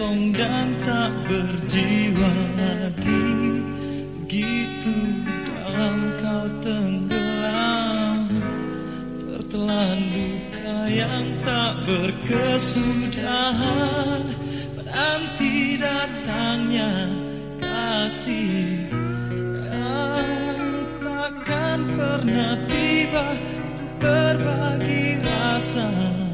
kosong dan tak berjiwa lagi. Begitu dalam kau tenggelam, tertelan luka yang tak berkesudahan, menanti datangnya kasih yang takkan pernah tiba untuk berbagi rasa.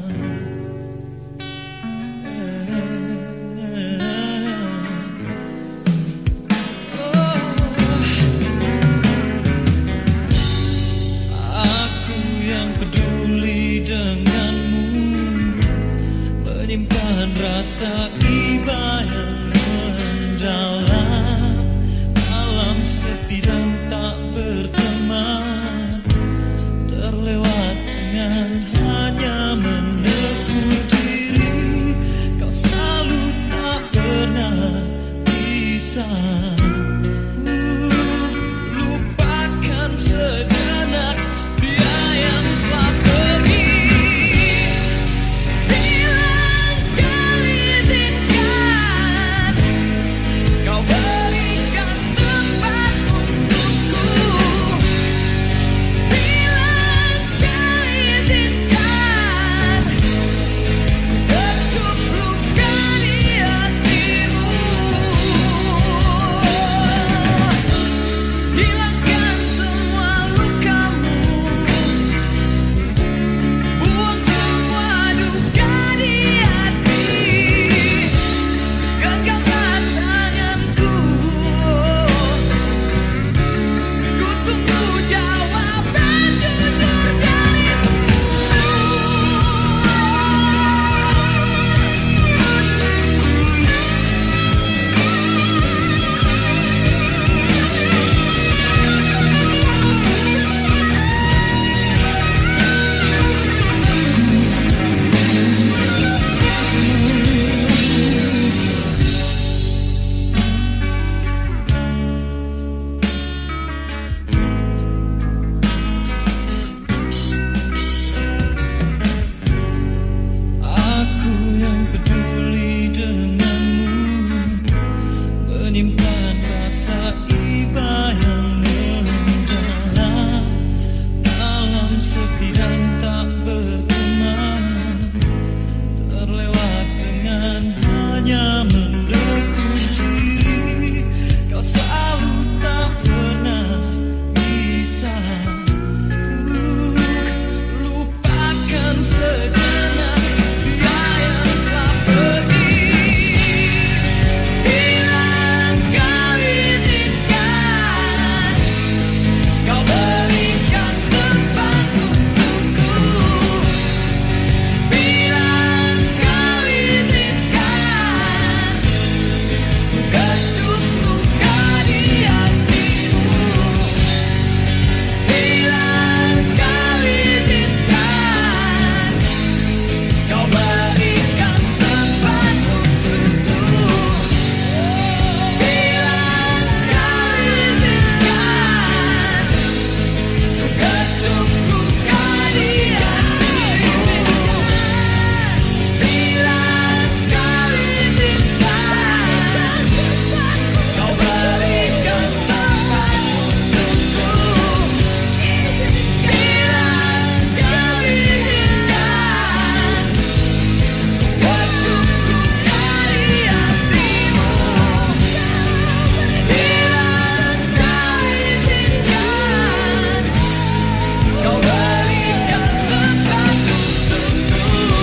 Aku yang peduli denganmu, menyimpan rasa iba yang mendalam. Malam sepi dan tak berteman, terlewat dengan hanya menegur diri. Kau selalu tak pernah bisa lupakan sejenak dia yang telah pergi. Bilang kau izinkan, kau berikan tempat untukku. Bilang kau izinkan, ketuk luka di hatimu. Hilangkan semua lukamu, buang semua duka di hati. Genggamlah tanganku, ku tunggu jawaban jujur darimu. Aku yang peduli denganmu, menyimpan rasa iba yang mendalam. Malam sepi dan tak berteman, terlewat dengan hanya mendekur diri. Kau selalu tak pernah bisa lupakan sejenak dia yang telah pergi. Bilang kau izinkan, kau berikan tempat untukku. Bilang kau izinkan, ketuk luka di hatimu. Bilang kau izinkan, kau berikan tempat untukku. Bilang kau izinkan, ketuk luka di hatimu. Bilang kau izinkan, kau berikan tempat untukku. Bilang kau izinkan, ketuk luka di hatimu. Bilang kau izinkan, kau berikan tempat untukku.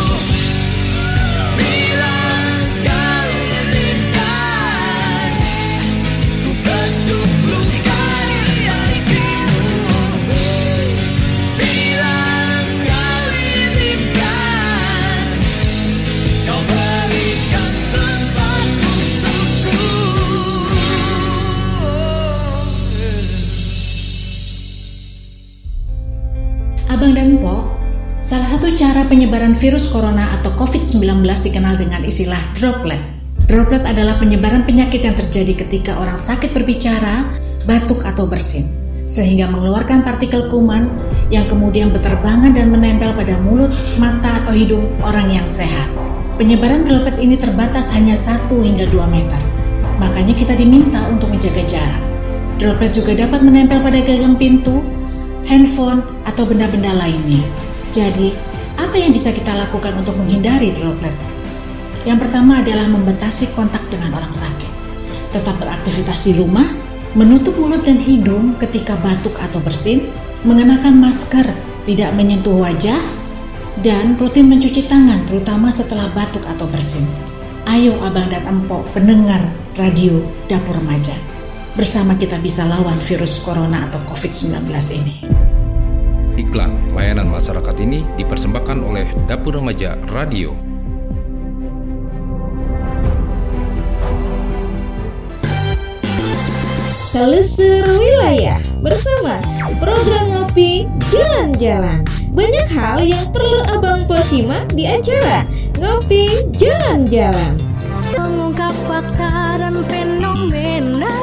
Bilang kau izinkan, ketuk luka di hatimu. Bilang kau izinkan, kau berikan tempat untukku. Abang dan Mpok, salah satu cara penyebaran virus corona atau COVID-19 dikenal dengan istilah droplet. Droplet adalah penyebaran penyakit yang terjadi ketika orang sakit berbicara, batuk atau bersin, sehingga mengeluarkan partikel kuman yang kemudian berterbangan dan menempel pada mulut, mata atau hidung orang yang sehat. penyebaran droplet ini terbatas hanya 1 hingga 2 meter. Makanya kita diminta untuk menjaga jarak. Droplet juga dapat menempel pada gagang pintu, handphone, atau benda-benda lainnya. Jadi, apa yang bisa kita lakukan untuk menghindari droplet? Yang pertama adalah membatasi kontak dengan orang sakit. Tetap beraktivitas di rumah, menutup mulut dan hidung ketika batuk atau bersin, mengenakan masker, tidak menyentuh wajah, dan rutin mencuci tangan terutama setelah batuk atau bersin. Ayo abang dan empok pendengar radio Dapur Remaja. Bersama kita bisa lawan virus corona atau COVID-19 ini. Iklan layanan masyarakat ini dipersembahkan oleh Dapur Remaja Radio. Telusur Wilayah bersama program Ngopi Jalan-Jalan. Banyak hal yang perlu Abang Po simak di acara Ngopi Jalan-Jalan. Mengungkap fakta dan fenomena.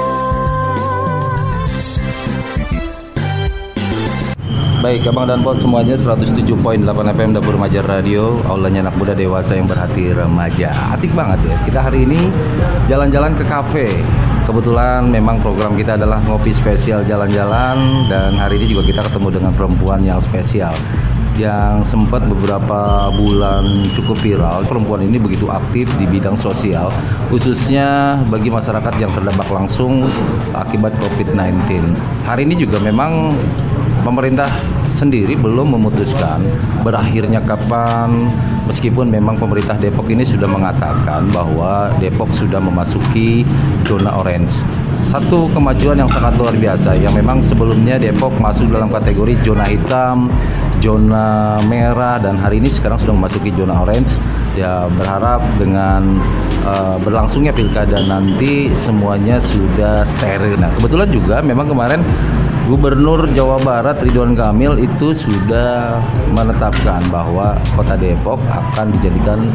Baik, Abang dan Pol semuanya 107.8 FM Dapur Remaja Radio, aulanya anak muda dewasa yang berhati remaja. Asik banget ya. Kita hari ini jalan-jalan ke kafe. Kebetulan memang program kita adalah ngopi spesial jalan-jalan, dan hari ini juga kita ketemu dengan perempuan yang spesial yang sempat beberapa bulan cukup viral. Perempuan ini begitu aktif di bidang sosial, khususnya bagi masyarakat yang terdampak langsung akibat COVID-19. Hari ini juga memang pemerintah sendiri belum memutuskan berakhirnya kapan, meskipun memang pemerintah Depok ini sudah mengatakan bahwa Depok sudah memasuki zona orange. Satu kemajuan yang sangat luar biasa, yang memang sebelumnya Depok masuk dalam kategori zona hitam, zona merah, dan hari ini sekarang sudah memasuki zona orange. Ya, berharap dengan berlangsungnya pilkada nanti semuanya sudah steril. Nah, kebetulan juga memang kemarin Gubernur Jawa Barat Ridwan Kamil itu sudah menetapkan bahwa Kota Depok akan dijadikan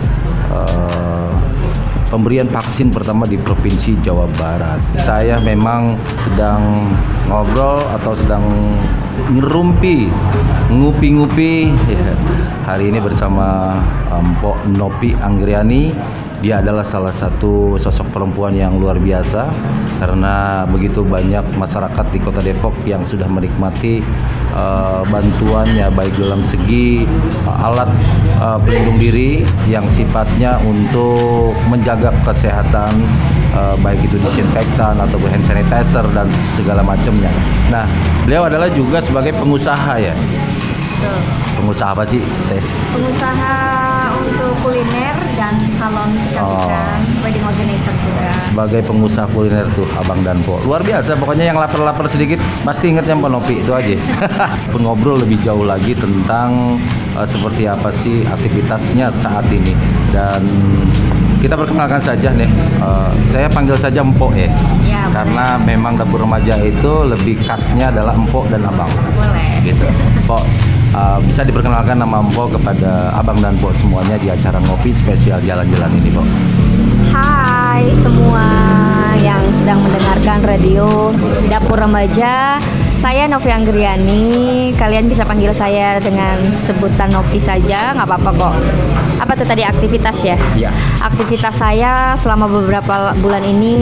pemberian vaksin pertama di Provinsi Jawa Barat. Saya memang sedang ngobrol atau sedang ngerumpi, ngupi-ngupi ya, hari ini bersama Mpok Nopi Anggriani. Dia adalah salah satu sosok perempuan yang luar biasa, karena begitu banyak masyarakat di Kota Depok yang sudah menikmati bantuannya, baik dalam segi alat pelindung diri yang sifatnya untuk menjaga kesehatan, baik itu disinfektan atau hand sanitizer dan segala macamnya. Nah, beliau adalah juga sebagai pengusaha ya. Betul. Pengusaha apa sih, Teh? Pengusaha untuk kuliner dan salon kecantikan, wedding organizer juga. Sebagai pengusaha kuliner tuh Abang dan Po. Luar biasa, pokoknya yang lapar-lapar sedikit pasti inget yang Penopi itu aja. Pengobrol lebih jauh lagi tentang seperti apa sih aktivitasnya saat ini. Dan kita perkenalkan saja nih, saya panggil saja Empok ya. Ya, karena memang Dapur Remaja itu lebih khasnya adalah Empok dan Abang. boleh. Gitu. Pok, bisa diperkenalkan nama Empok kepada Abang dan Pok semuanya di acara ngopi spesial jalan-jalan ini, Pok. Hai semua yang sedang mendengarkan radio Dapur Remaja. Saya Novi Anggriani. Kalian bisa panggil saya dengan sebutan Novi saja, nggak apa-apa kok. Apa tuh tadi aktivitas ya? Iya. Aktivitas saya selama beberapa bulan ini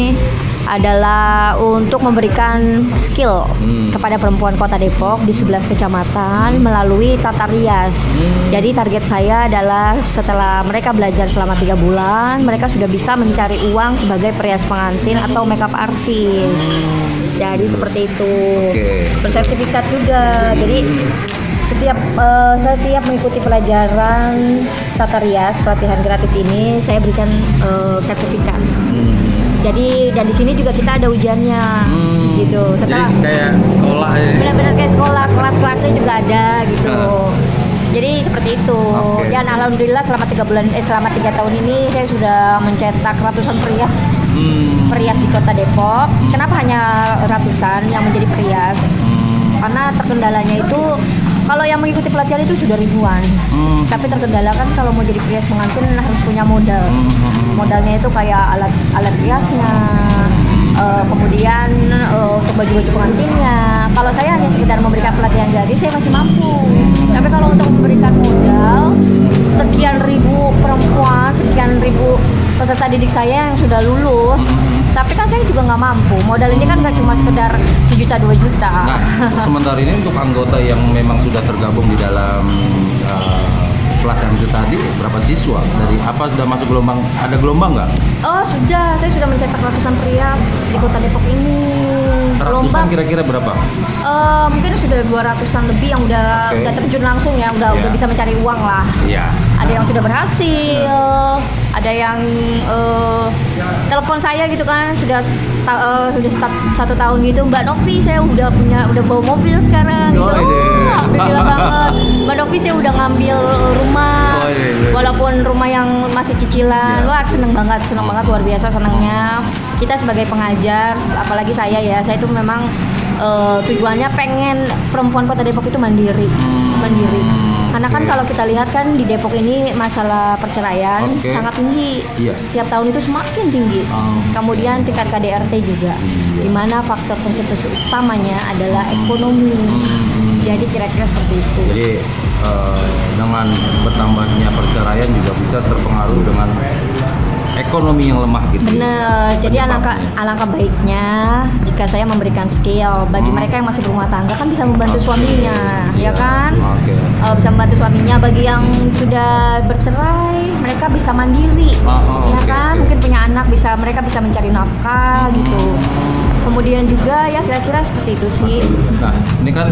adalah untuk memberikan skill kepada perempuan Kota Depok di 11 kecamatan melalui tata rias. Jadi target saya adalah setelah mereka belajar selama 3 bulan, mereka sudah bisa mencari uang sebagai perias pengantin atau makeup artist. Jadi seperti itu. Oke. Bersertifikat juga. Jadi setiap mengikuti pelajaran tata rias pelatihan gratis ini saya berikan sertifikat. Jadi dan di sini juga kita ada ujiannya, gitu. Setelah, Jadi kayak sekolah ya. benar-benar kayak sekolah, kelas-kelasnya juga ada, gitu. Jadi seperti itu. Oke. Dan alhamdulillah selama 3 tahun ini saya sudah mencetak ratusan perias di Kota Depok. Kenapa hanya ratusan yang menjadi perias? Karena terkendalanya itu kalau yang mengikuti pelatihan itu sudah ribuan. Tapi terkendala kan kalau mau jadi perias pengantin harus punya modal. Modalnya itu kayak alat riasnya, kemudian untuk baju-baju pengantinnya. Kalau saya hanya sekedar memberikan pelatihan jadi saya masih mampu. Tapi kalau untuk memberikan modal sekian ribu perempuan, sekian ribu peserta didik saya yang sudah lulus, tapi kan saya juga nggak mampu. Modal ini kan nggak cuma sekedar 1 juta 2 juta. Nah, sementara ini untuk anggota yang memang sudah tergabung di dalam pelatihan itu tadi, berapa siswa? Dari apa sudah masuk gelombang? Ada gelombang nggak? Oh sudah, saya sudah mencetak ratusan perias di Kota Depok ini. Ratusan kira-kira berapa? Mungkin sudah 200-an lebih yang udah terjun langsung ya, udah bisa mencari uang lah. Iya. Ada yang sudah berhasil, ada yang telepon saya gitu kan, sudah 1 tahun gitu, Mbak Novi saya udah bawa mobil sekarang gitu. Alhamdulillah banget. Mbak Novi saya udah ngambil rumah, walaupun rumah yang masih cicilan. Wah seneng banget luar biasa senangnya. Kita sebagai pengajar, apalagi saya itu memang tujuannya pengen perempuan Kota Depok itu mandiri. Karena kan kalau kita lihat kan di Depok ini masalah perceraian sangat tinggi. Tiap tahun itu semakin tinggi. Kemudian tingkat KDRT juga. Di mana faktor pencetus utamanya adalah ekonomi. Jadi kira-kira seperti itu. Jadi dengan bertambahnya perceraian juga bisa terpengaruh dengan ekonomi yang lemah gitu. Bener. Jadi alangkah baiknya jika saya memberikan skill bagi mereka yang masih berumah tangga kan bisa membantu suaminya, ya kan? Bisa membantu suaminya. Bagi yang sudah bercerai, mereka bisa mandiri, ya kan? Mungkin punya anak, mereka bisa mencari nafkah gitu. Kemudian juga ya kira-kira seperti itu sih. Nah, ini kan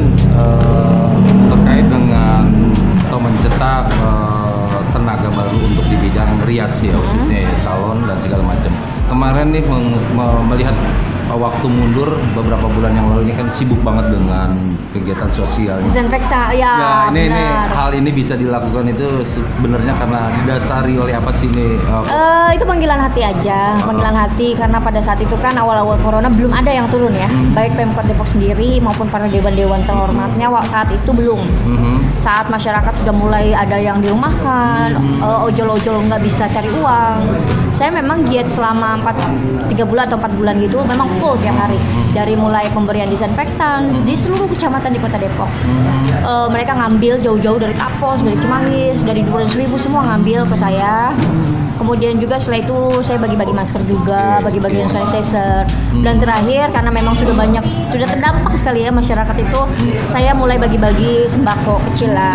terkait dengan atau mencetak tenaga baru untuk di bidang rias ya, khususnya salon dan segala macam. Kemarin nih melihat waktu mundur beberapa bulan yang lalu ini kan sibuk banget dengan kegiatan sosial. Disinfektan, ya ini hal ini bisa dilakukan itu sebenarnya karena didasari oleh apa sih ini? Itu panggilan hati aja, panggilan hati karena pada saat itu kan awal-awal corona belum ada yang turun ya, baik Pemkot Depok sendiri maupun para dewan-dewan terhormatnya saat itu belum. Saat masyarakat sudah mulai ada yang dirumahkan, ojol-ojol nggak bisa cari uang. Saya memang giat selama 3 bulan atau 4 bulan gitu, memang full tiap hari. Dari mulai pemberian disinfektan di seluruh kecamatan di Kota Depok. Mereka ngambil jauh-jauh dari Tapos, dari Cimanggis, dari 200.000 semua ngambil ke saya. Kemudian juga setelah itu saya bagi-bagi masker juga, bagi-bagi hand sanitizer. Dan terakhir karena memang sudah terdampak sekali ya masyarakat itu, saya mulai bagi-bagi sembako kecil lah.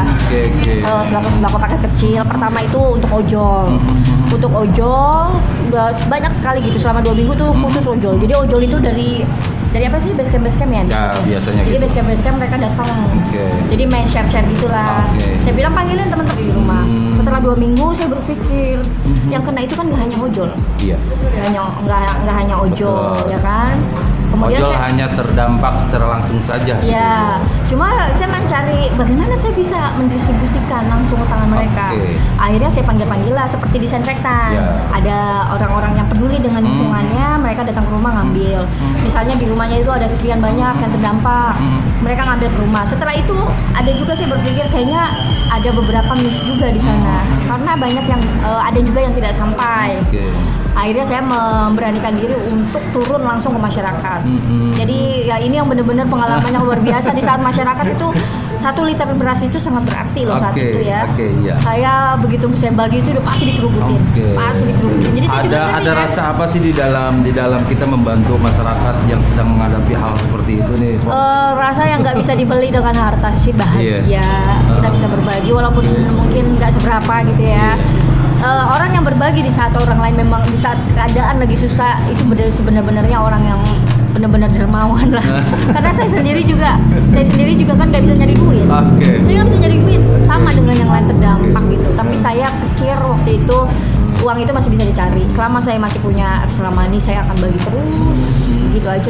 Sembako paket kecil. Pertama itu untuk ojol. Untuk ojol udah banyak sekali gitu selama 2 minggu tuh khusus ojol. Jadi ojol itu dari apa sih base camp ya? Biasanya jadi gitu. base camp mereka datang. Jadi main share gitulah. Saya bilang panggilin teman-teman di rumah. Setelah 2 minggu saya berpikir yang kena itu kan nggak hanya ojol. Iya. Nggak hanya ojol. Betul. Ya kan. Kemudian ojol hanya terdampak secara langsung saja. Iya. Gitu. Cuma saya mencari bagaimana saya bisa mendistribusikan langsung ke tangan mereka. Akhirnya saya panggil lah seperti disinfektan. Ada orang-orang yang peduli dengan lingkungannya, mereka datang ke rumah ngambil. Misalnya di rumahnya itu ada sekian banyak yang terdampak, mereka ngambil ke rumah. Setelah itu ada juga saya berpikir kayaknya ada beberapa miss juga di sana, karena banyak yang ada juga yang tidak sampai. Akhirnya saya memberanikan diri untuk turun langsung ke masyarakat. Jadi ya ini yang benar-benar pengalaman yang luar biasa di saat masyarakat itu 1 liter beras itu sangat berarti loh saat itu ya. Saya begitu saya bagi itu udah pasti dikerubutin, pasti dikerubutin. Jadi saya juga ada rasa apa sih di dalam kita membantu masyarakat yang sedang menghadapi hal seperti itu nih? Rasa yang nggak bisa dibeli dengan harta sih, bahagia. Kita bisa berbagi walaupun mungkin nggak seberapa gitu ya. Orang yang berbagi di saat orang lain memang di saat keadaan lagi susah itu sebenarnya orang yang benar-benar dermawan lah. Karena saya sendiri juga kan nggak bisa nyari duit. Saya nggak bisa nyari duit sama dengan yang lain terdampak gitu. Tapi saya pikir waktu itu uang itu masih bisa dicari. Selama saya masih punya extra money, saya akan bagi terus. Gitu aja.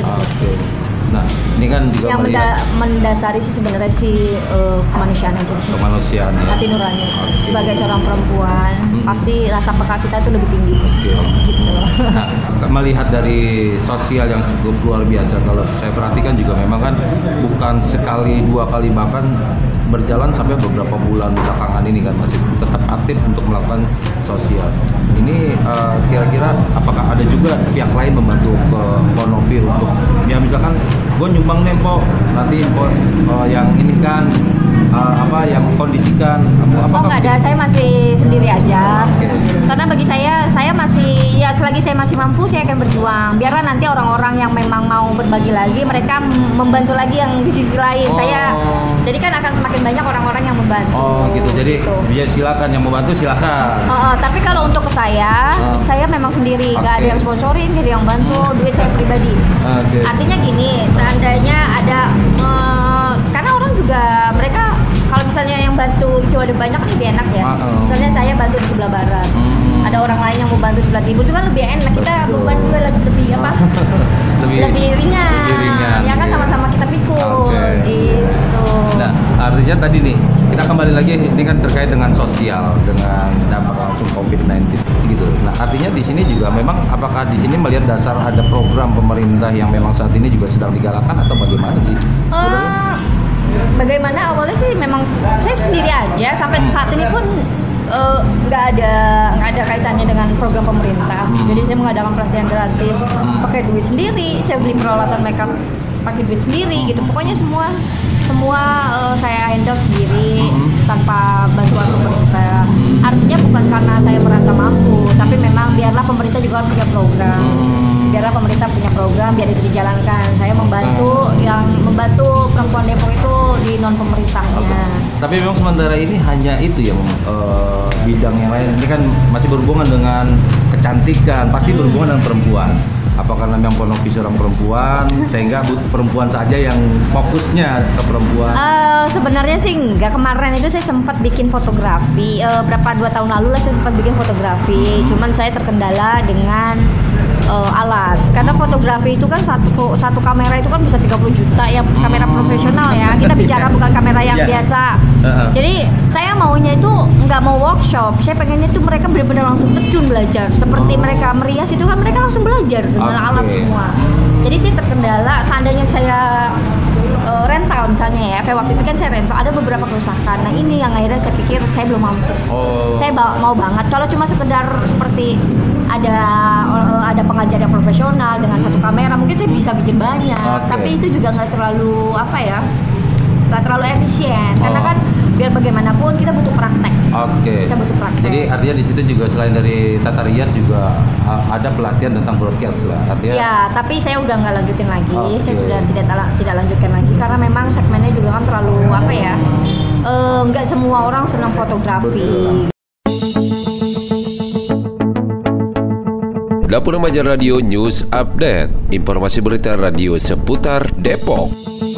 Nah, ini kan juga yang mendasari sih sebenarnya kemanusiaan aja sih. Kemanusiaan ya. Hati nurani. Sebagai seorang perempuan, pasti rasa peka kita itu lebih tinggi. Gitu. Nah, melihat dari sosial yang cukup luar biasa, kalau saya perhatikan juga memang kan bukan sekali 2 kali, bahkan berjalan sampai beberapa bulan belakangan ini kan masih tetap aktif untuk melakukan sosial. Ini kira-kira apakah ada juga pihak lain membantu ke Ponopir untuk ya misalkan gue nyumbang nih Po, nanti Po yang ini kan yang kondisikan nggak ada, saya masih sendiri aja. Karena bagi saya masih ya selagi saya masih mampu saya akan berjuang. Biarlah nanti orang-orang yang memang mau berbagi lagi mereka membantu lagi yang di sisi lain. Jadi kan akan semakin banyak orang-orang yang membantu. Gitu. Jadi ya silakan yang membantu silakan. Tapi kalau untuk saya memang sendiri, nggak ada yang sponsorin, nggak ada yang bantu, duit saya pribadi. Artinya gini, seandainya ada karena orang juga mereka kalau misalnya yang bantu itu ada banyak kan lebih enak ya. Misalnya saya bantu di sebelah barat, ada orang lain yang mau bantu sebelah timur itu kan lebih enak. Kita beban juga lebih apa? lebih ringan. Ya kan sama-sama kita pikul gitu. Nah, artinya tadi nih kita kembali lagi ini kan terkait dengan sosial, dengan dampak langsung COVID-19 gitu. Nah, artinya di sini juga memang apakah di sini melihat dasar ada program pemerintah yang memang saat ini juga sedang digalakan atau bagaimana sih? Bagaimana awalnya sih memang saya sendiri aja sampai saat ini pun nggak ada kaitannya dengan program pemerintah. Jadi saya mengadakan pelatihan gratis, pakai duit sendiri, saya beli peralatan makeup pakai duit sendiri gitu. Pokoknya semua saya handle sendiri tanpa bantuan pemerintah. Artinya bukan karena saya merasa mampu, tapi memang biarlah pemerintah juga punya program. Biarlah pemerintah punya program, biar itu dijalankan. Saya membantu perempuan Depok itu di non pemerintahnya. Tapi memang sementara ini hanya itu yang bidang yang lain. Ini kan masih berhubungan dengan kecantikan, pasti berhubungan dengan perempuan. Apakah memang Ponopir seorang perempuan sehingga perempuan saja yang fokusnya ke perempuan? Sebenarnya sih enggak. Kemarin itu saya sempat bikin fotografi. 2 tahun lalu lah saya sempat bikin fotografi. Cuman saya terkendala dengan alat. Karena fotografi itu kan satu kamera itu kan bisa 30 juta ya, kamera profesional ya. Kita bicara bukan kamera yang biasa. Jadi saya maunya itu nggak mau workshop. Saya pengennya itu mereka benar-benar langsung terjun belajar. Seperti mereka merias itu kan mereka langsung belajar dengan alat semua. Jadi saya terkendala. Seandainya saya rental misalnya ya, kayak waktu itu kan saya rental ada beberapa kerusakan. Nah ini yang akhirnya saya pikir saya belum mampu. Saya mau banget. Kalau cuma sekedar seperti ada pengajar yang profesional dengan satu kamera mungkin saya bisa bikin banyak. Tapi itu juga nggak terlalu nggak terlalu efisien karena kan biar bagaimanapun kita butuh praktek. Kita butuh praktek. Jadi artinya di situ juga selain dari tata rias juga ada pelatihan tentang broadcast lah. Artinya. Ya, tapi saya udah nggak lanjutin lagi. Saya sudah tidak lanjutkan lagi karena memang segmennya juga kan terlalu nggak semua orang senang fotografi. Dapur Remaja Radio News Update, informasi berita radio seputar Depok.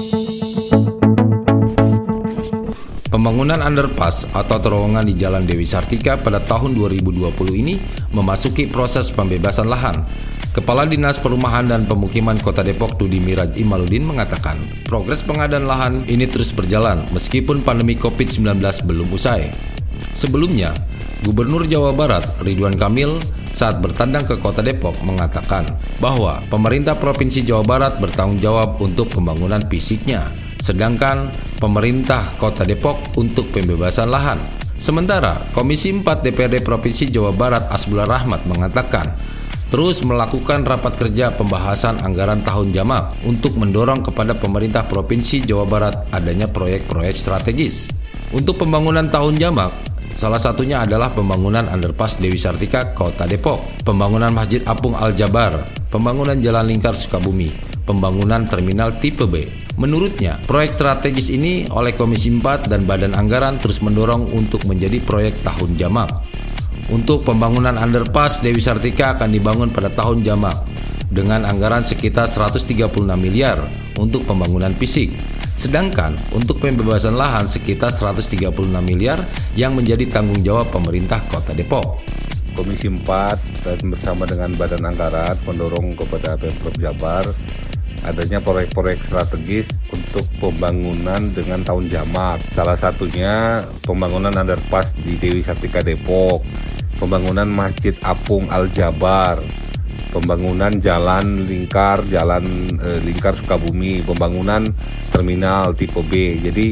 Pembangunan underpass atau terowongan di Jalan Dewi Sartika pada tahun 2020 ini memasuki proses pembebasan lahan. Kepala Dinas Perumahan dan Pemukiman Kota Depok Dudi Miraj Imaluddin mengatakan, progres pengadaan lahan ini terus berjalan meskipun pandemi COVID-19 belum usai. Sebelumnya, Gubernur Jawa Barat Ridwan Kamil saat bertandang ke Kota Depok mengatakan bahwa pemerintah Provinsi Jawa Barat bertanggung jawab untuk pembangunan fisiknya, sedangkan pemerintah Kota Depok untuk pembebasan lahan. Sementara Komisi 4 DPRD Provinsi Jawa Barat Asbullah Rahmat mengatakan terus melakukan rapat kerja pembahasan anggaran tahun jamak untuk mendorong kepada pemerintah Provinsi Jawa Barat adanya proyek-proyek strategis. Untuk pembangunan tahun jamak, salah satunya adalah pembangunan underpass Dewi Sartika Kota Depok, pembangunan Masjid Apung Al-Jabar, pembangunan Jalan Lingkar Sukabumi, pembangunan terminal tipe B. Menurutnya, proyek strategis ini oleh Komisi 4 dan Badan Anggaran terus mendorong untuk menjadi proyek tahun jamak. Untuk pembangunan underpass Dewi Sartika akan dibangun pada tahun jamak dengan anggaran sekitar 136 miliar untuk pembangunan fisik. Sedangkan untuk pembebasan lahan sekitar 136 miliar yang menjadi tanggung jawab pemerintah Kota Depok. Komisi 4 dan bersama dengan Badan Anggaran mendorong kepada Pemprov Jabar adanya proyek-proyek strategis untuk pembangunan dengan tahun jamak. Salah satunya pembangunan underpass di Dewi Sartika Depok, pembangunan Masjid Apung Al-Jabar, pembangunan Jalan Lingkar Sukabumi, pembangunan terminal tipe B. Jadi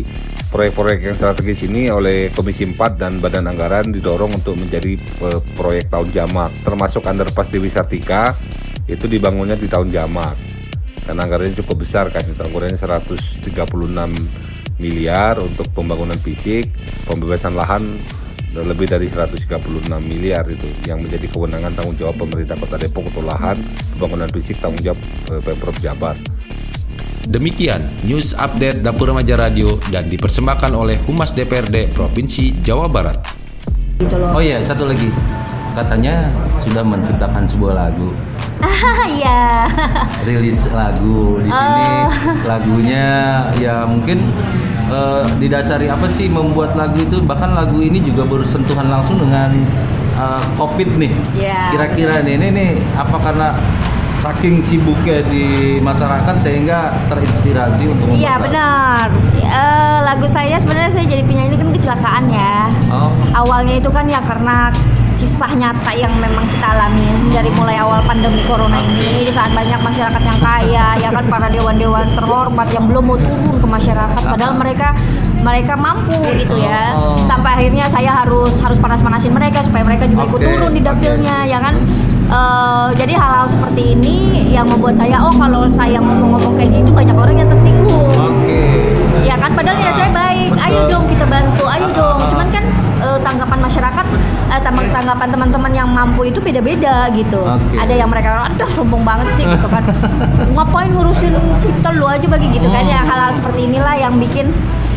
Proyek-proyek yang strategis ini oleh Komisi 4 dan Badan Anggaran didorong untuk menjadi proyek tahun jamak, termasuk underpass Dewi Sartika itu dibangunnya di tahun jamak. Dan anggarannya cukup besar kan, anggarannya 136 miliar untuk pembangunan fisik, pembebasan lahan lebih dari 136 miliar itu yang menjadi kewenangan tanggung jawab pemerintah Kota Depok untuk lahan, pembangunan fisik tanggung jawab Pemprov Jabar. Demikian news update Dapur Remaja Radio dan dipersembahkan oleh Humas DPRD Provinsi Jawa Barat. Oh iya, satu lagi. Katanya sudah menciptakan sebuah lagu. Iya. Rilis lagu di sini. Lagunya ya mungkin didasari apa sih membuat lagu itu? Bahkan lagu ini juga bersentuhan langsung dengan COVID nih. Yeah. Kira-kira ini apa karena saking sibuknya di masyarakat sehingga terinspirasi untuk membuat. Iya benar. Lagu saya sebenarnya saya jadi penyanyi ini kan kecelakaan ya. Awalnya itu kan ya karena kisah nyata yang memang kita alami dari mulai awal pandemi corona ini, di saat banyak masyarakat yang kaya ya kan, para dewan-dewan terhormat yang belum mau turun ke masyarakat padahal mereka mampu gitu ya. Sampai akhirnya saya harus panas-panasin mereka supaya mereka juga ikut turun di dapilnya ya kan. Jadi hal-hal seperti ini yang membuat saya kalau saya ngomong-ngomong kayak gitu banyak orang yang tersinggung. Ya kan, padahal ya saya baik. Ayo dong kita bantu, ayo dong. Cuman kan tanggapan masyarakat, tanggapan teman-teman yang mampu itu beda-beda gitu. Ada yang mereka aduh sombong banget sih gitu kan. Ngapain ngurusin kita, lu aja bagi gitu kan ya. Hal-hal seperti inilah yang bikin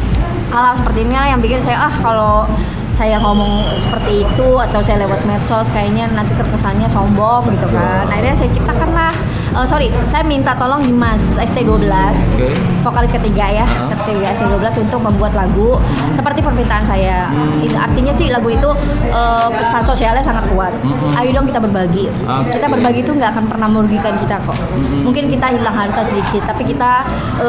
saya kalau saya ngomong seperti itu atau saya lewat medsos kayaknya nanti terkesannya sombong gitu kan. Akhirnya saya ciptakanlah saya minta tolong Dimas ST12, vokalis ketiga ya, ketiga ST12 untuk membuat lagu seperti permintaan saya. Artinya sih lagu itu pesan sosialnya sangat kuat. Ayo dong kita berbagi. Kita berbagi itu nggak akan pernah merugikan kita kok. Mungkin kita hilang harta sedikit, tapi kita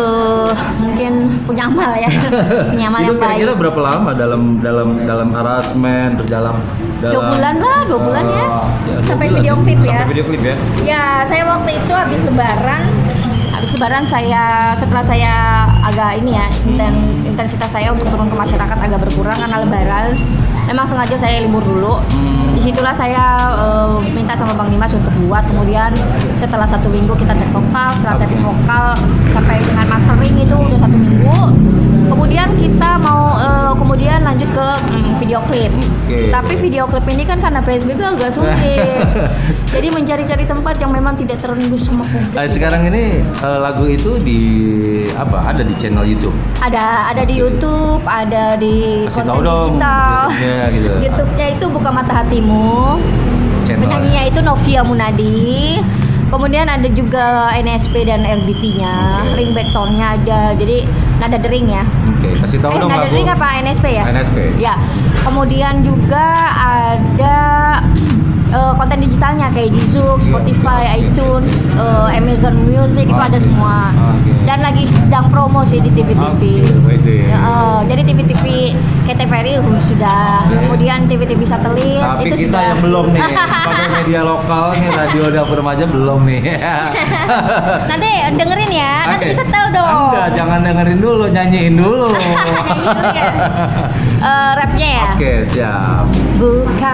mungkin punya amal ya, punya amal yang baik. Kira-kira berapa lama dalam harassment dalam 2 bulan ya, sampai video klip ya. Ya, saya waktu itu habis lebaran setelah saya agak ini ya, intensitas saya untuk turun ke masyarakat agak berkurang karena lebaran. Memang sengaja saya libur dulu. Disitulah saya minta sama Bang Dimas untuk buat. Kemudian setelah 1 minggu kita take vokal, setelah take vokal sampai dengan mastering itu udah 1 minggu. Kemudian kita mau kemudian lanjut ke video klip. Tapi video klip ini kan karena PSBB agak sulit. Jadi mencari-cari tempat yang memang tidak terendus sama COVID. Sekarang ini lagu itu ada di channel YouTube. Ada di YouTube, ada di konten digital. Gitu. YouTube-nya itu Buka Mata Hatimu. Penyanyinya itu Novia Munadi. Kemudian ada juga NSP dan RBT-nya, ringback tone-nya ada. Jadi nada dering ya. Kasih tahu dong nada lagu. Dering apa NSP ya? NSP. Ya. Kemudian juga ada konten digitalnya kayak di Zoom, Spotify, iTunes, Amazon Music itu ada semua. Dan lagi sedang promo sih di TV-TV. Jadi TV-TV kayak TVRI sudah, kemudian TV-TV satelit. Tapi itu kita sudah. yang belum nih, pada media lokal nih, Radio Dapur Remaja belum nih. Nanti dengerin ya, nanti disetel dong. Enggak, jangan dengerin dulu, nyanyiin dulu. Nyanyi dulu ya. Rapnya ya. Oke, siap. Buka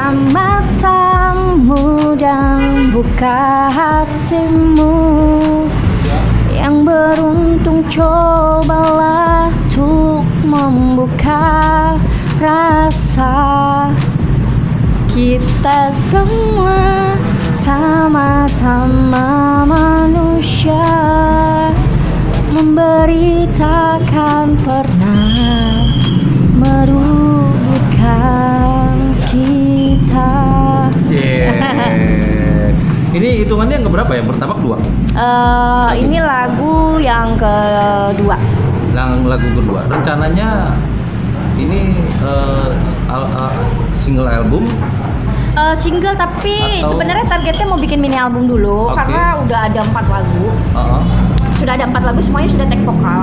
matamu dan buka hatimu, yang beruntung cobalah untuk membuka rasa. Kita semua sama-sama manusia, memberi takkan pernah merugikan kita. Ini hitungannya yang keberapa ya? Pertama kedua? Ini lagu yang kedua. Lagu kedua. Rencananya ini single album? Single, tapi sebenarnya targetnya mau bikin mini album dulu karena udah ada 4 lagu. Sudah ada 4 lagu, semuanya sudah take vokal.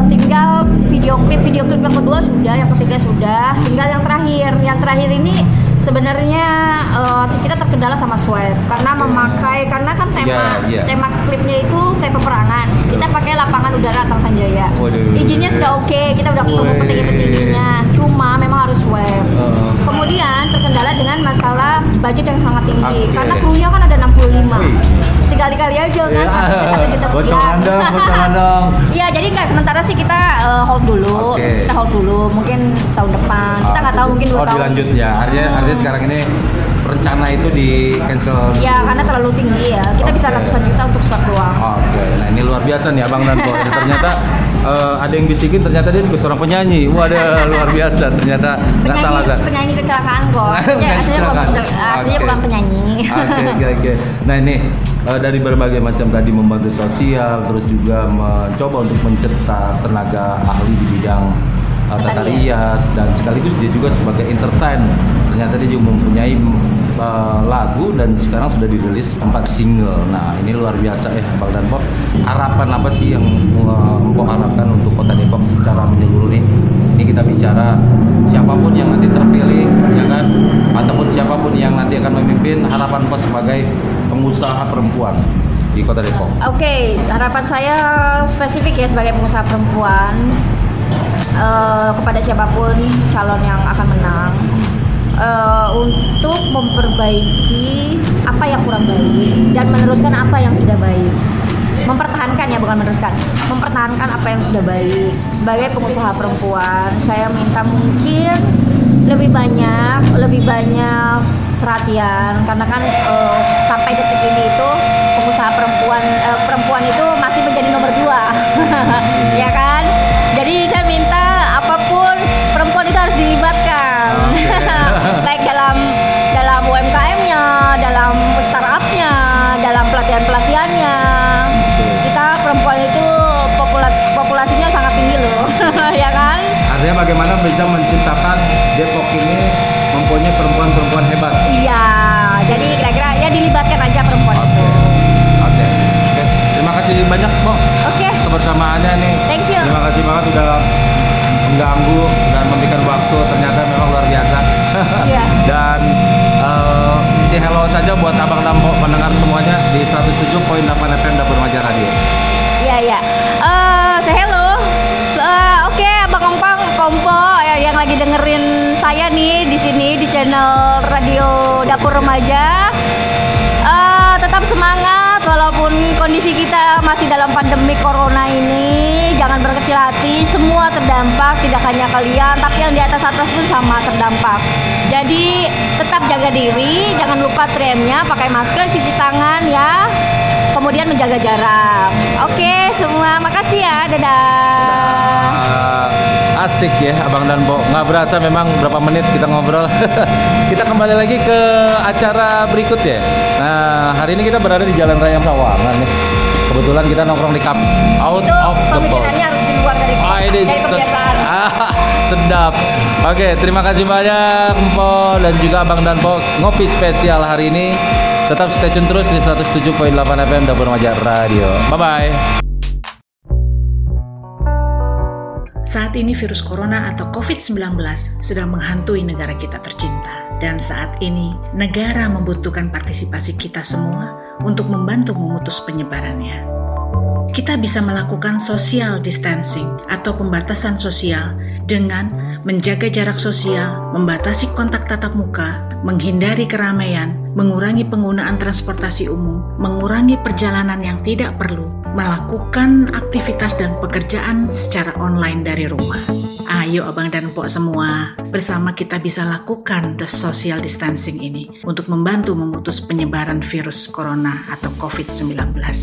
Tinggal video klip yang kedua sudah, yang ketiga sudah, tinggal yang terakhir. Yang terakhir ini Sebenarnya kita terkendala sama swab karena karena kan tema klipnya itu kayak peperangan. Kita pakai lapangan udara Tangsan Jaya. Izinnya sudah oke, kita udah ketemu petinggi-petingginya. Cuma memang harus swab. Kemudian terkendala dengan masalah budget yang sangat tinggi karena krunya kan ada 65. Kali aja kan 1 juta sekian. Bocoran dong. Iya, jadi nggak sementara sih kita hold dulu. Kita hold dulu, mungkin tahun depan. Kita nggak tahu mungkin 2 tahun. Dilanjut ya. Artinya sekarang ini rencana itu di cancel. Ya, karena terlalu tinggi ya. Kita bisa ratusan juta untuk swab doang. Nah ini luar biasa nih Abang dan Po. Ternyata ada yang bisikin ternyata dia juga seorang penyanyi. Waduh, luar biasa. Ternyata nggak salah kan? Penyanyi kecelakaan kok. Aslinya bukan penyanyi. Oke. Nah ini dari berbagai macam tadi membantu sosial, terus juga mencoba untuk mencetak tenaga ahli di bidang tata rias, dan sekaligus dia juga sebagai entertain. Ternyata dia juga mempunyai lagu dan sekarang sudah dirilis 4 single. Nah ini luar biasa Bang dan Pop. Harapan apa sih yang Mpok harapkan untuk Kota Depok secara menyeluruh nih? Ini kita bicara siapapun yang nanti terpilih, ya kan? Ataupun siapapun yang nanti akan memimpin, harapan Mpok sebagai pengusaha perempuan di Kota Depok. Oke, harapan saya spesifik ya sebagai pengusaha perempuan kepada siapapun calon yang akan menang. Untuk memperbaiki apa yang kurang baik dan meneruskan apa yang sudah baik. Mempertahankan ya, bukan meneruskan. Mempertahankan apa yang sudah baik. Sebagai pengusaha perempuan, saya minta mungkin lebih banyak perhatian karena kan sampai detik ini itu pengusaha perempuan itu masih menjadi nomor 2. Ya kan? Jadi saya minta apapun perempuan itu harus dilibatkan. Baik dalam UMKM-nya, dalam startup-nya, dalam pelatihan-pelatihannya. Kita perempuan itu populasinya sangat tinggi loh. Ya kan? Artinya bagaimana bisa menciptakan Depok ini mempunyai perempuan-perempuan hebat. Iya, jadi kira-kira ya dilibatkan aja perempuan itu. Oke. Terima kasih banyak, Bo. Kebersamaannya nih. Thank you. Terima kasih banget udah mengganggu dan memberikan waktu. Ternyata memang luar biasa. Iya. Dan si hello saja buat Abang dan Bo pendengar semuanya di 107.8 FM Dapur Remaja Radio. Iya. Say hello. Oke, Abang Kompo yang lagi dengerin saya nih di sini di channel Radio Dapur Remaja. Tetap semangat walaupun kondisi kita masih dalam pandemi corona ini. Jangan berkecil hati, semua terdampak, tidak hanya kalian, tapi yang di atas pun sama terdampak. Jadi tetap jaga diri, jangan lupa 3M-nya, pakai masker, cuci tangan ya. Kemudian menjaga jarak. Oke, semua makasih ya. Dadah. Asik ya Abang dan Bo. Nggak berasa memang berapa menit kita ngobrol. Kita kembali lagi ke acara berikut ya. Nah, hari ini kita berada di Jalan Raya Sawangan nih. Kebetulan kita nongkrong di Cups Out itu of the Box. Pemikirannya harus di luar dari kebiasaan. Sedap. Oke, terima kasih banyak Mpo dan juga Abang dan Bo ngopi spesial hari ini. Tetap stay tune terus di 107.8 FM Dapur Remaja Radio. Bye-bye. Saat ini virus corona atau COVID-19 sedang menghantui negara kita tercinta. Dan saat ini, negara membutuhkan partisipasi kita semua untuk membantu memutus penyebarannya. Kita bisa melakukan social distancing atau pembatasan sosial dengan menjaga jarak sosial, membatasi kontak tatap muka, menghindari keramaian, mengurangi penggunaan transportasi umum, mengurangi perjalanan yang tidak perlu, melakukan aktivitas dan pekerjaan secara online dari rumah. Ayo Abang dan Pok semua, bersama kita bisa lakukan the social distancing ini untuk membantu memutus penyebaran virus corona atau COVID-19.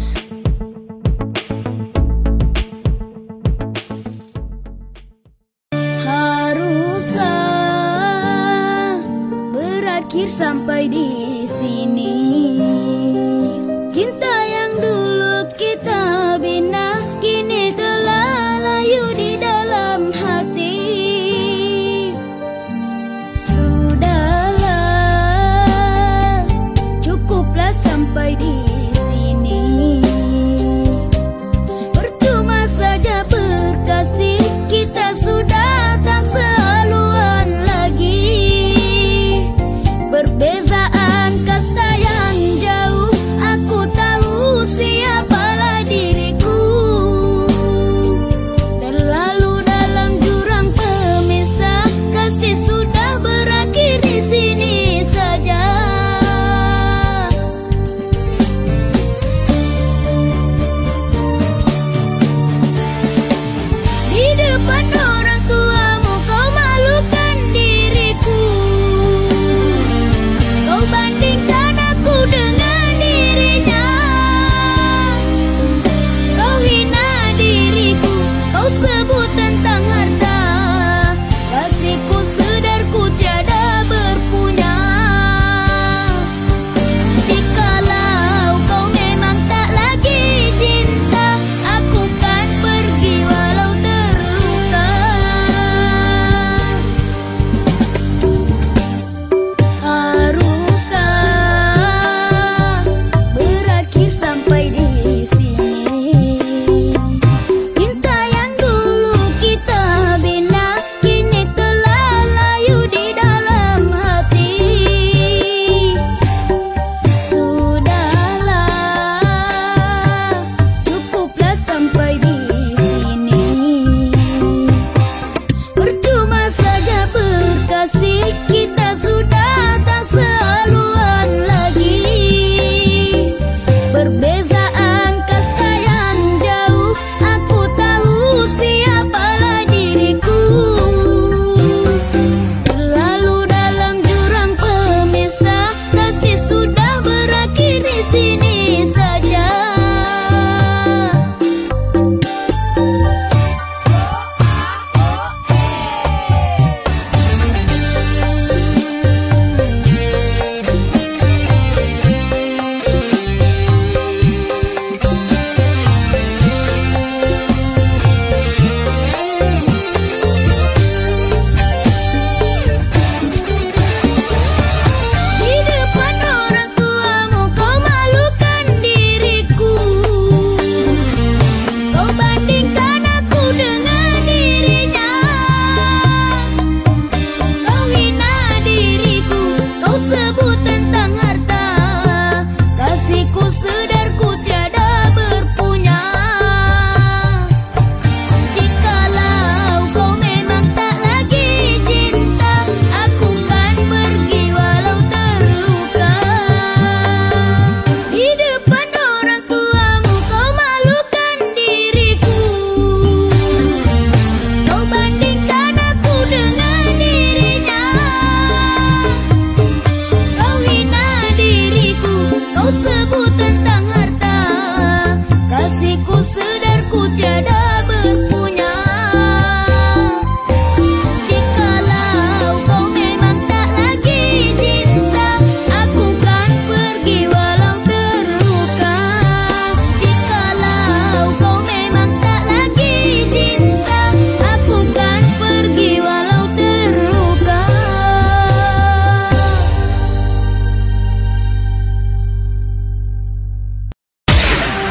Sampai di sini, cinta yang dulu kita bina kini telah layu di dalam hati. Sudahlah, cukuplah sampai di sini. Percuma saja berkasih, kita sudah tak sehaluan lagi.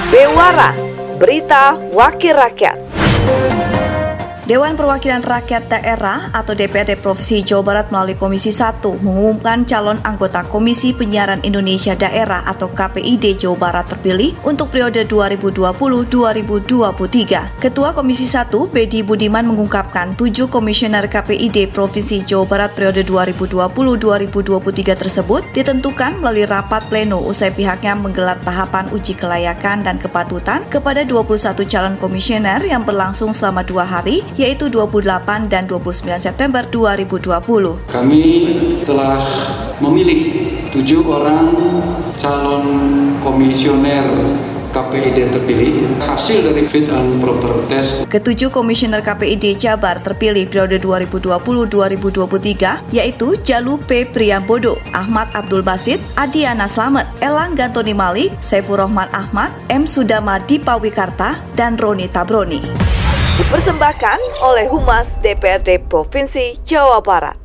Bewara, Berita Wakil Rakyat. Dewan Perwakilan Rakyat Daerah atau DPRD Provinsi Jawa Barat melalui Komisi 1 mengumumkan calon anggota Komisi Penyiaran Indonesia Daerah atau KPID Jawa Barat terpilih untuk periode 2020-2023. Ketua Komisi 1, Bedi Budiman mengungkapkan 7 komisioner KPID Provinsi Jawa Barat periode 2020-2023 tersebut ditentukan melalui rapat pleno usai pihaknya menggelar tahapan uji kelayakan dan kepatutan kepada 21 calon komisioner yang berlangsung selama 2 hari, yaitu 28 dan 29 September 2020. Kami telah memilih 7 orang calon komisioner KPID terpilih hasil dari fit and proper test. Ketujuh komisioner KPID Jabar terpilih periode 2020-2023 yaitu Jalu P. Priyambodo, Ahmad Abdul Basit, Adiana Slamet, Elang Gantoni Malik, Saifur Rahman Ahmad, M. Sudama Dipawikarta, dan Roni Tabroni. Dipersembahkan oleh Humas DPRD Provinsi Jawa Barat.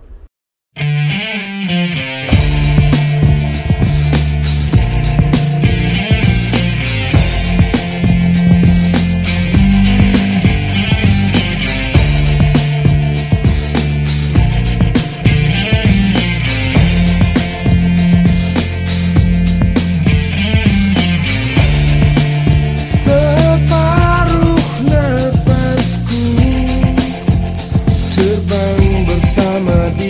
Terbang bersama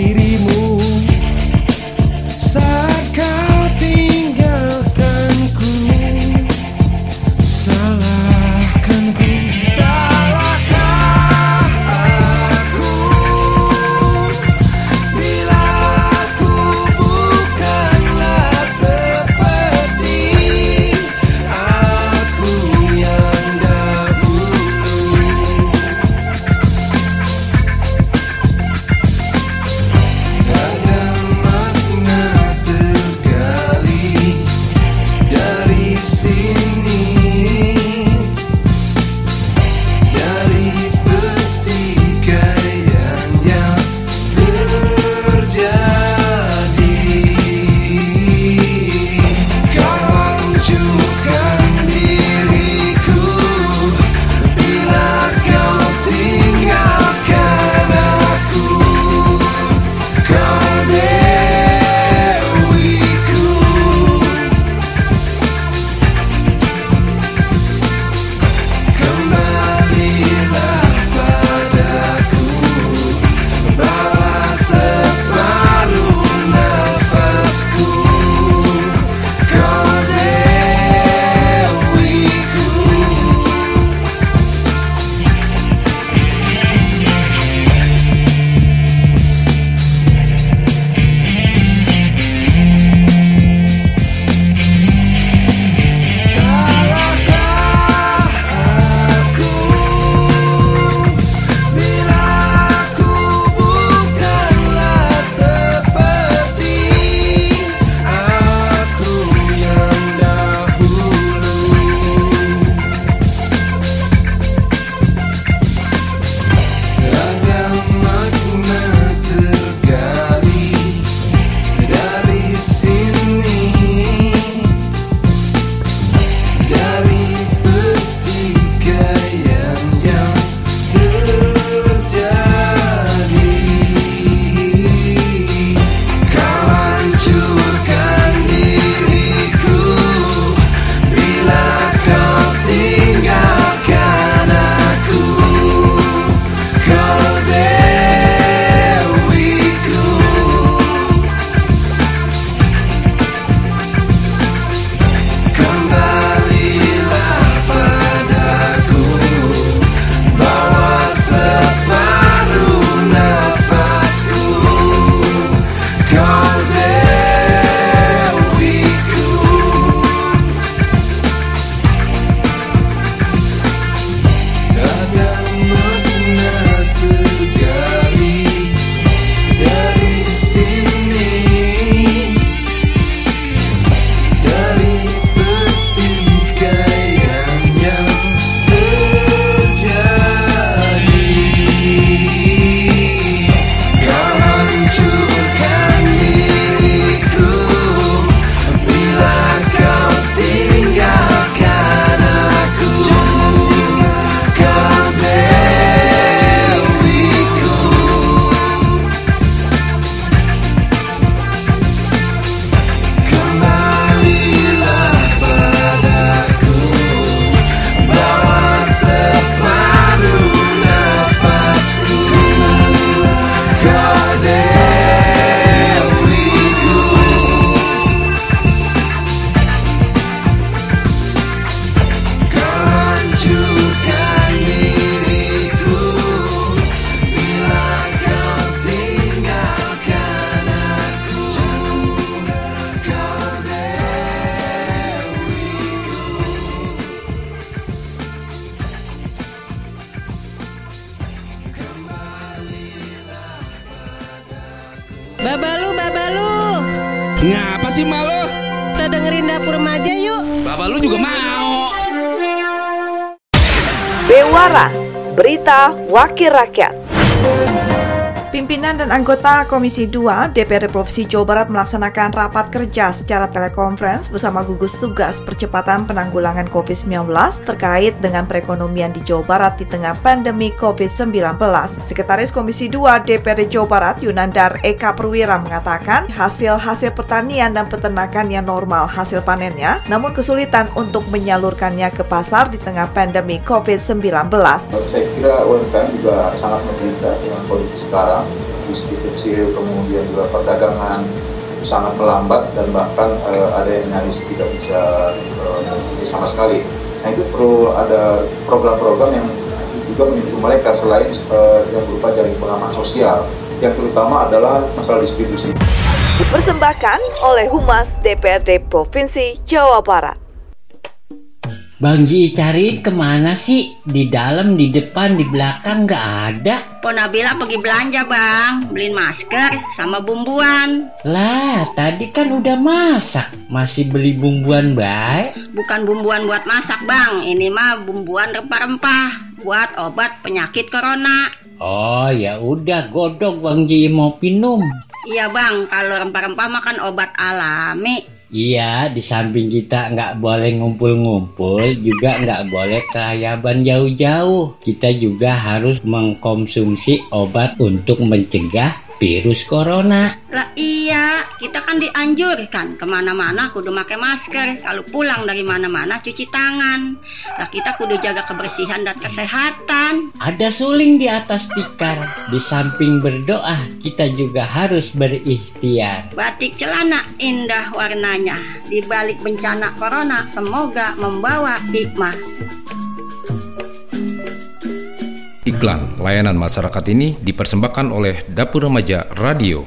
Ngapa sih malu? Kita dengerin Dapur Remaja yuk. Bapak lu juga mau. Bewara, berita wakil rakyat. Pimpinan dan anggota Komisi 2 DPRD Provinsi Jawa Barat melaksanakan rapat kerja secara telekonferensi bersama gugus tugas percepatan penanggulangan COVID-19 terkait dengan perekonomian di Jawa Barat di tengah pandemi COVID-19. Sekretaris Komisi 2 DPRD Jawa Barat Yunandar Eka Perwira mengatakan hasil pertanian dan peternakan yang normal hasil panennya, namun kesulitan untuk menyalurkannya ke pasar di tengah pandemi COVID-19. Saya kira UMKM juga sangat menderita dengan kondisi sekarang. Industri kecil, kemudian juga perdagangan sangat melambat dan bahkan ada yang nyaris tidak bisa sama sekali. Nah itu perlu ada program-program yang juga menyentuh mereka selain yang berupa jaring pengaman sosial, yang terutama adalah masalah distribusi. Dipersembahkan oleh Humas DPRD Provinsi Jawa Barat. Bang Ji cari kemana sih? Di dalam, di depan, di belakang nggak ada. Po Nabila pergi belanja bang, beliin masker sama bumbuan. Lah, tadi kan udah masak, masih beli bumbuan baik? Bukan bumbuan buat masak bang, ini mah bumbuan rempah-rempah buat obat penyakit corona. Oh ya udah, godok Bang Ji mau minum. Iya bang, kalau rempah-rempah makan obat alami. Iya, di samping kita nggak boleh ngumpul-ngumpul, juga nggak boleh kelayaban jauh-jauh. Kita juga harus mengkonsumsi obat untuk mencegah virus corona. Lah iya, kita kan dianjurkan kemana-mana kudu pakai masker. Kalau pulang dari mana-mana cuci tangan. Lah kita kudu jaga kebersihan dan kesehatan. Ada suling di atas tikar. Di samping berdoa, kita juga harus berikhtiar. Batik celana indah warnanya. Di balik bencana corona, semoga membawa hikmah. Iklan layanan masyarakat ini dipersembahkan oleh Dapur Remaja Radio.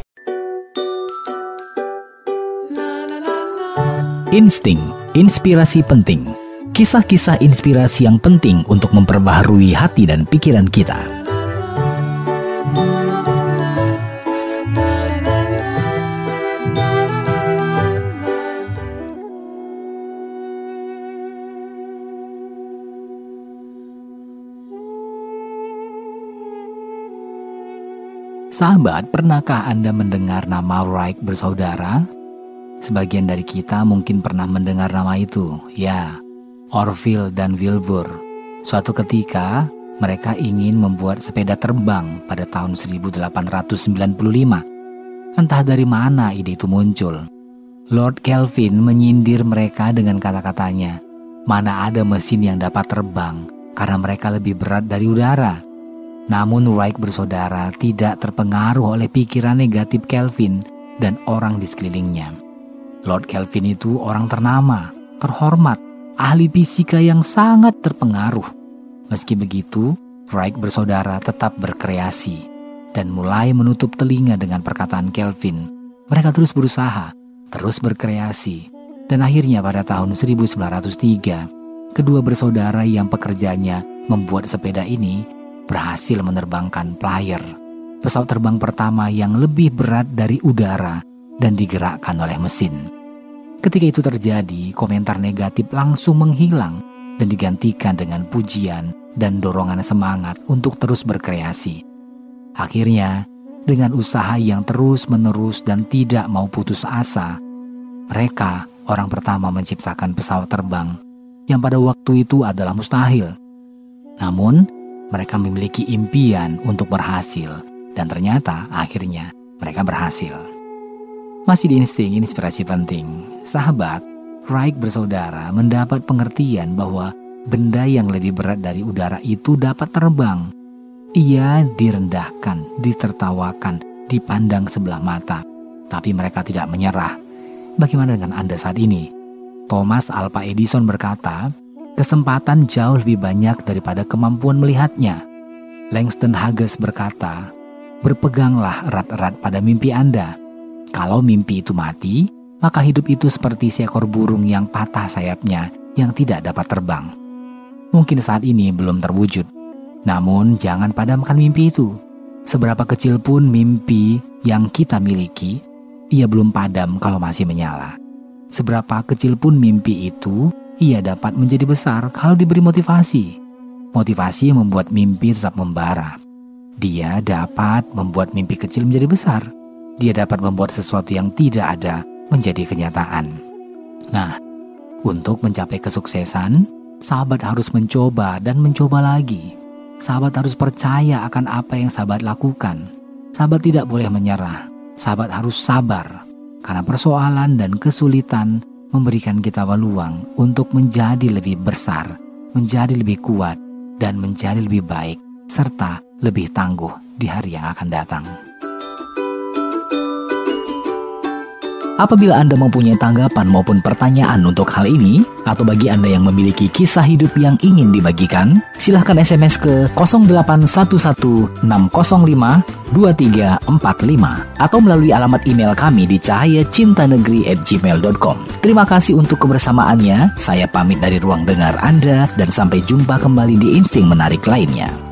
Insting, inspirasi penting. Kisah-kisah inspirasi yang penting untuk memperbaharui hati dan pikiran kita. Sahabat, pernahkah Anda mendengar nama Wright bersaudara? Sebagian dari kita mungkin pernah mendengar nama itu, ya, Orville dan Wilbur. Suatu ketika, mereka ingin membuat sepeda terbang pada tahun 1895. Entah dari mana ide itu muncul. Lord Kelvin menyindir mereka dengan kata-katanya, mana ada mesin yang dapat terbang karena mereka lebih berat dari udara. Namun Wright bersaudara tidak terpengaruh oleh pikiran negatif Kelvin dan orang di sekelilingnya. Lord Kelvin itu orang ternama, terhormat, ahli fisika yang sangat terpengaruh. Meski begitu, Wright bersaudara tetap berkreasi dan mulai menutup telinga dengan perkataan Kelvin. Mereka terus berusaha, terus berkreasi, dan akhirnya pada tahun 1903, kedua bersaudara yang pekerjaannya membuat sepeda ini berhasil menerbangkan Flyer, pesawat terbang pertama yang lebih berat dari udara dan digerakkan oleh mesin. Ketika itu terjadi, komentar negatif langsung menghilang dan digantikan dengan pujian dan dorongan semangat untuk terus berkreasi. Akhirnya, dengan usaha yang terus-menerus dan tidak mau putus asa, mereka orang pertama menciptakan pesawat terbang yang pada waktu itu adalah mustahil. Namun, mereka memiliki impian untuk berhasil, dan ternyata akhirnya mereka berhasil. Masih di Insting, inspirasi penting. Sahabat, Wright bersaudara mendapat pengertian bahwa benda yang lebih berat dari udara itu dapat terbang. Ia direndahkan, ditertawakan, dipandang sebelah mata, tapi mereka tidak menyerah. Bagaimana dengan Anda saat ini? Thomas Alva Edison berkata, kesempatan jauh lebih banyak daripada kemampuan melihatnya. Langston Hughes berkata, berpeganglah erat-erat pada mimpi Anda. Kalau mimpi itu mati, maka hidup itu seperti seekor burung yang patah sayapnya yang tidak dapat terbang. Mungkin saat ini belum terwujud, namun jangan padamkan mimpi itu. Seberapa kecil pun mimpi yang kita miliki, ia belum padam kalau masih menyala. Seberapa kecil pun mimpi itu, ia dapat menjadi besar kalau diberi motivasi. Motivasi yang membuat mimpi tetap membara. Dia dapat membuat mimpi kecil menjadi besar. Dia dapat membuat sesuatu yang tidak ada menjadi kenyataan. Nah, untuk mencapai kesuksesan, sahabat harus mencoba dan mencoba lagi. Sahabat harus percaya akan apa yang sahabat lakukan. Sahabat tidak boleh menyerah. Sahabat harus sabar. Karena persoalan dan kesulitan memberikan kita peluang untuk menjadi lebih besar, menjadi lebih kuat, dan menjadi lebih baik, serta lebih tangguh di hari yang akan datang. Apabila Anda mempunyai tanggapan maupun pertanyaan untuk hal ini, atau bagi Anda yang memiliki kisah hidup yang ingin dibagikan, silahkan SMS ke 0811605235 atau melalui alamat email kami di cahayacintanegeri@gmail.com. Terima kasih untuk kebersamaannya. Saya pamit dari ruang dengar Anda dan sampai jumpa kembali di insting menarik lainnya.